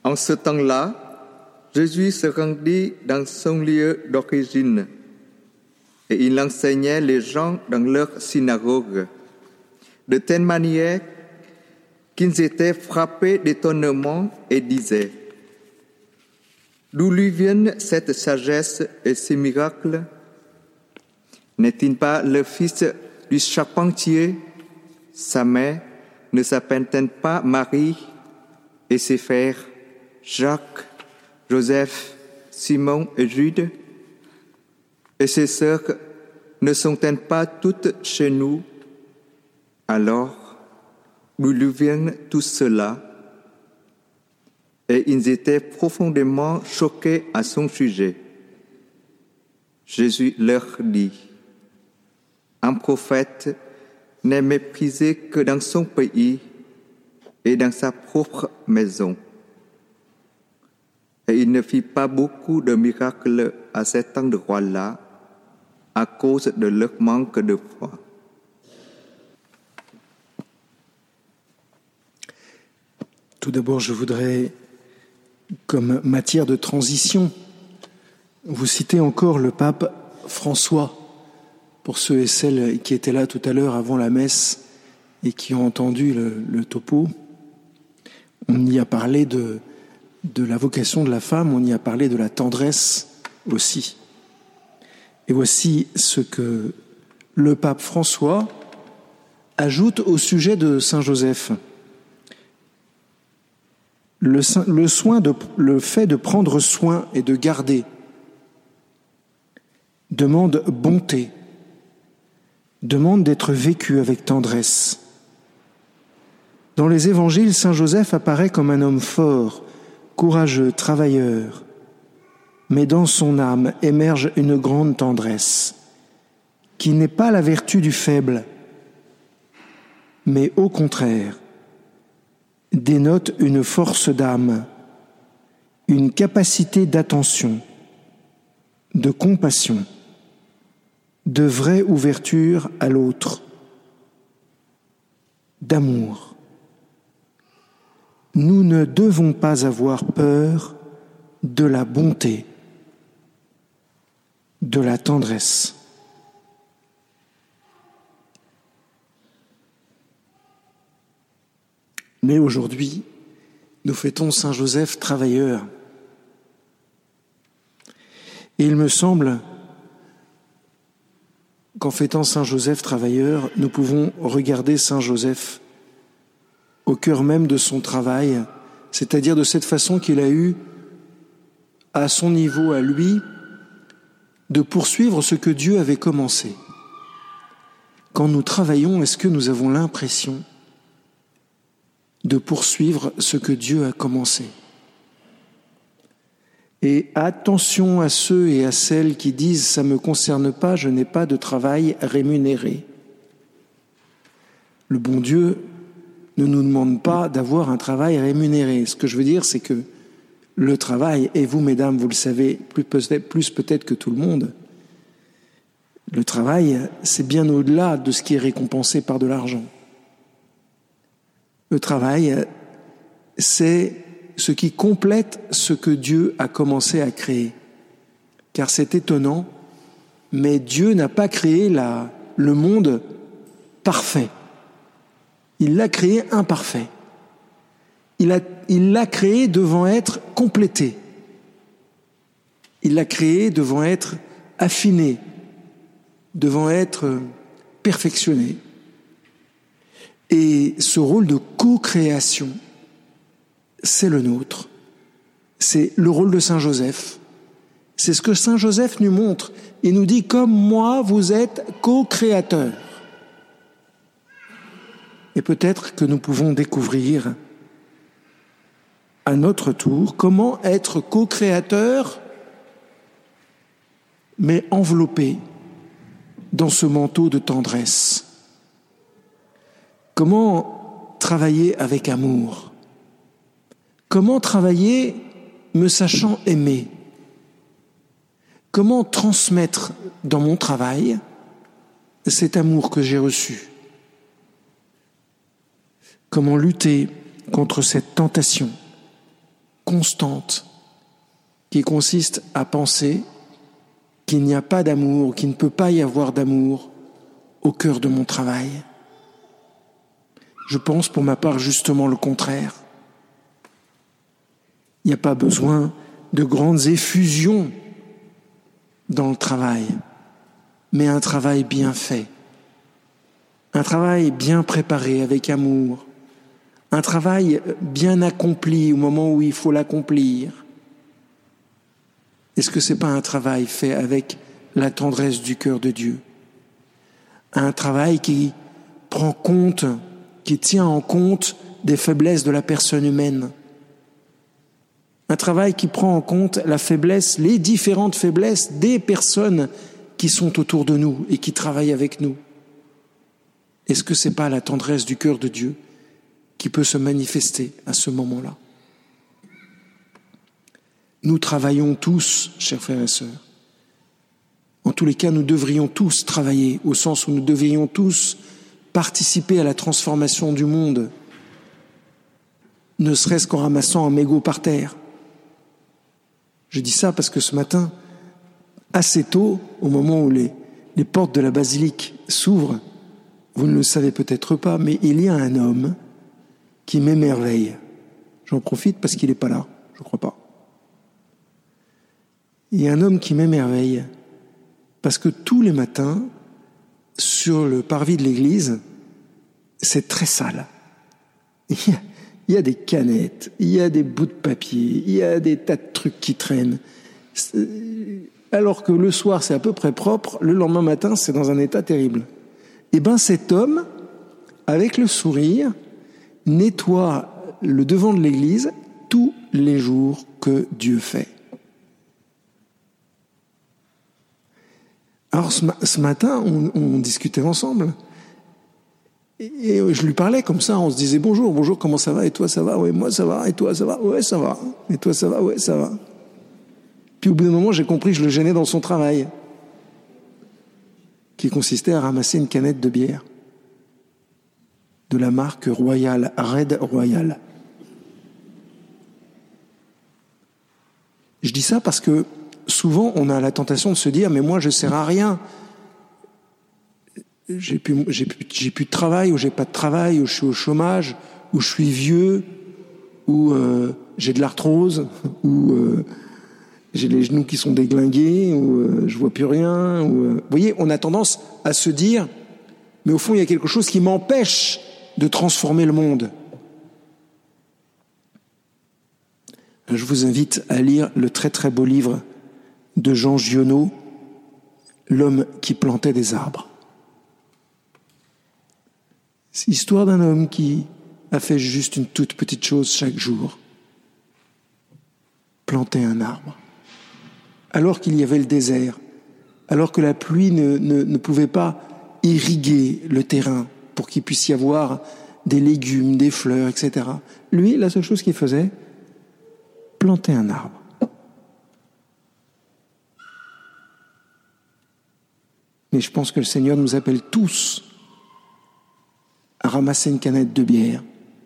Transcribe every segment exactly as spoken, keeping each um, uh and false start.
En ce temps-là, Jésus se rendit dans son lieu d'origine et il enseignait les gens dans leur synagogue, de telle manière qu'ils étaient frappés d'étonnement et disaient: d'où lui viennent cette sagesse et ces miracles? N'est-il pas le fils du charpentier? Sa mère ne s'appelle-t-elle pas Marie, et ses frères Jacques, Joseph, Simon et Jude? Et ses sœurs ne sont-elles pas toutes chez nous? Alors, d'où lui vient tout cela? Et ils étaient profondément choqués à son sujet. Jésus leur dit: un prophète n'est méprisé que dans son pays et dans sa propre maison. Et il ne fit pas beaucoup de miracles à cet endroit-là à cause de leur manque de foi. Tout d'abord, je voudrais, comme matière de transition, vous citer encore le pape François, pour ceux et celles qui étaient là tout à l'heure avant la messe et qui ont entendu le, le topo. On y a parlé de, de la vocation de la femme, on y a parlé de la tendresse aussi. Et voici ce que le pape François ajoute au sujet de Saint Joseph. Le, le, soin de, le fait de prendre soin et de garder demande bonté, demande d'être vécu avec tendresse. Dans les évangiles, Saint Joseph apparaît comme un homme fort, courageux, travailleur, mais dans son âme émerge une grande tendresse, qui n'est pas la vertu du faible, mais au contraire, dénote une force d'âme, une capacité d'attention, de compassion, de vraie ouverture à l'autre, d'amour. Nous ne devons pas avoir peur de la bonté, de la tendresse. Mais aujourd'hui, nous fêtons Saint Joseph travailleur. Et il me semble qu'en fêtant Saint Joseph travailleur, nous pouvons regarder Saint Joseph au cœur même de son travail, c'est-à-dire de cette façon qu'il a eu, à son niveau, à lui, de poursuivre ce que Dieu avait commencé. Quand nous travaillons, est-ce que nous avons l'impression de poursuivre ce que Dieu a commencé? Et attention à ceux et à celles qui disent « ça ne me concerne pas, je n'ai pas de travail rémunéré ». Le bon Dieu ne nous demande pas d'avoir un travail rémunéré. Ce que je veux dire, c'est que le travail, et vous, mesdames, vous le savez plus peut-être, plus peut-être que tout le monde, le travail, c'est bien au-delà de ce qui est récompensé par de l'argent. Le travail, c'est ce qui complète ce que Dieu a commencé à créer. Car c'est étonnant, mais Dieu n'a pas créé la, le monde parfait. Il l'a créé imparfait. Il, a, il l'a créé devant être complété. Il l'a créé devant être affiné, devant être perfectionné. Et ce rôle de co-création, c'est le nôtre. C'est le rôle de Saint Joseph. C'est ce que Saint Joseph nous montre. Il nous dit, comme moi, vous êtes co-créateurs. Et peut-être que nous pouvons découvrir à notre tour comment être co-créateurs, mais enveloppés dans ce manteau de tendresse. Comment travailler avec amour? Comment travailler me sachant aimer? Comment transmettre dans mon travail cet amour que j'ai reçu? Comment lutter contre cette tentation constante qui consiste à penser qu'il n'y a pas d'amour, qu'il ne peut pas y avoir d'amour au cœur de mon travail. Je pense pour ma part justement le contraire. Il n'y a pas besoin de grandes effusions dans le travail, mais un travail bien fait, un travail bien préparé avec amour, un travail bien accompli au moment où il faut l'accomplir. Est-ce que ce n'est pas un travail fait avec la tendresse du cœur de Dieu? Un travail qui prend compte, qui tient en compte des faiblesses de la personne humaine. Un travail qui prend en compte la faiblesse, les différentes faiblesses des personnes qui sont autour de nous et qui travaillent avec nous. Est-ce que ce n'est pas la tendresse du cœur de Dieu qui peut se manifester à ce moment-là? Nous travaillons tous, chers frères et sœurs. En tous les cas, nous devrions tous travailler, au sens où nous devrions tous participer à la transformation du monde, ne serait-ce qu'en ramassant un mégot par terre. Je dis ça parce que ce matin, assez tôt, au moment où les, les portes de la basilique s'ouvrent, vous ne le savez peut-être pas, mais il y a un homme qui m'émerveille. J'en profite parce qu'il n'est pas là, je ne crois pas. Il y a un homme qui m'émerveille parce que tous les matins, sur le parvis de l'église, c'est très sale. Il y a, il y a des canettes, il y a des bouts de papier, il y a des tas de trucs qui traînent. Alors que le soir, c'est à peu près propre, le lendemain matin, c'est dans un état terrible. Eh bien, cet homme, avec le sourire, nettoie le devant de l'église tous les jours que Dieu fait. Alors, ce, ce matin, on, on discutait ensemble. Et, et je lui parlais comme ça, on se disait « Bonjour, bonjour, comment ça va? Et toi, ça va? Oui, moi, ça va. Et toi, ça va? Ouais, ça va. Et toi, ça va? Ouais, ça va. » Puis au bout d'un moment, j'ai compris que je le gênais dans son travail, qui consistait à ramasser une canette de bière de la marque Royal, Red Royal. Je dis ça parce que souvent, on a la tentation de se dire « Mais moi, je ne sers à rien. J'ai plus, j'ai plus, j'ai plus de travail, ou j'ai pas de travail, ou je suis au chômage, ou je suis vieux, ou euh, j'ai de l'arthrose, ou euh, j'ai les genoux qui sont déglingués, ou euh, je vois plus rien. » ou, euh... Vous voyez, on a tendance à se dire « Mais au fond, il y a quelque chose qui m'empêche de transformer le monde. » Je vous invite à lire le très très beau livre de Jean Giono, L'homme qui plantait des arbres. C'est l'histoire d'un homme qui a fait juste une toute petite chose chaque jour. Planter un arbre. Alors qu'il y avait le désert, alors que la pluie ne, ne, ne pouvait pas irriguer le terrain pour qu'il puisse y avoir des légumes, des fleurs, et cetera. Lui, la seule chose qu'il faisait, planter un arbre. Mais je pense que le Seigneur nous appelle tous à ramasser une canette de bière,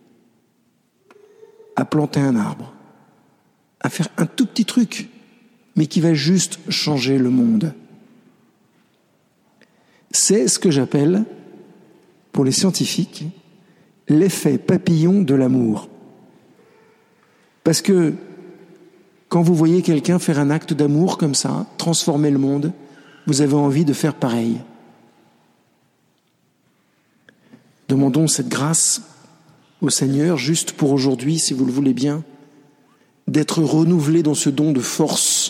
à planter un arbre, à faire un tout petit truc, mais qui va juste changer le monde. C'est ce que j'appelle, pour les scientifiques, l'effet papillon de l'amour. Parce que quand vous voyez quelqu'un faire un acte d'amour comme ça, transformer le monde, vous avez envie de faire pareil. Demandons cette grâce au Seigneur, juste pour aujourd'hui, si vous le voulez bien, d'être renouvelés dans ce don de force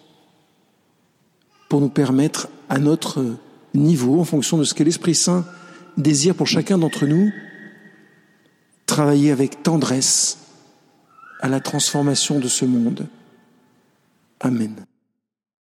pour nous permettre, à notre niveau, en fonction de ce que l'Esprit Saint désire pour chacun d'entre nous, travailler avec tendresse à la transformation de ce monde. Amen.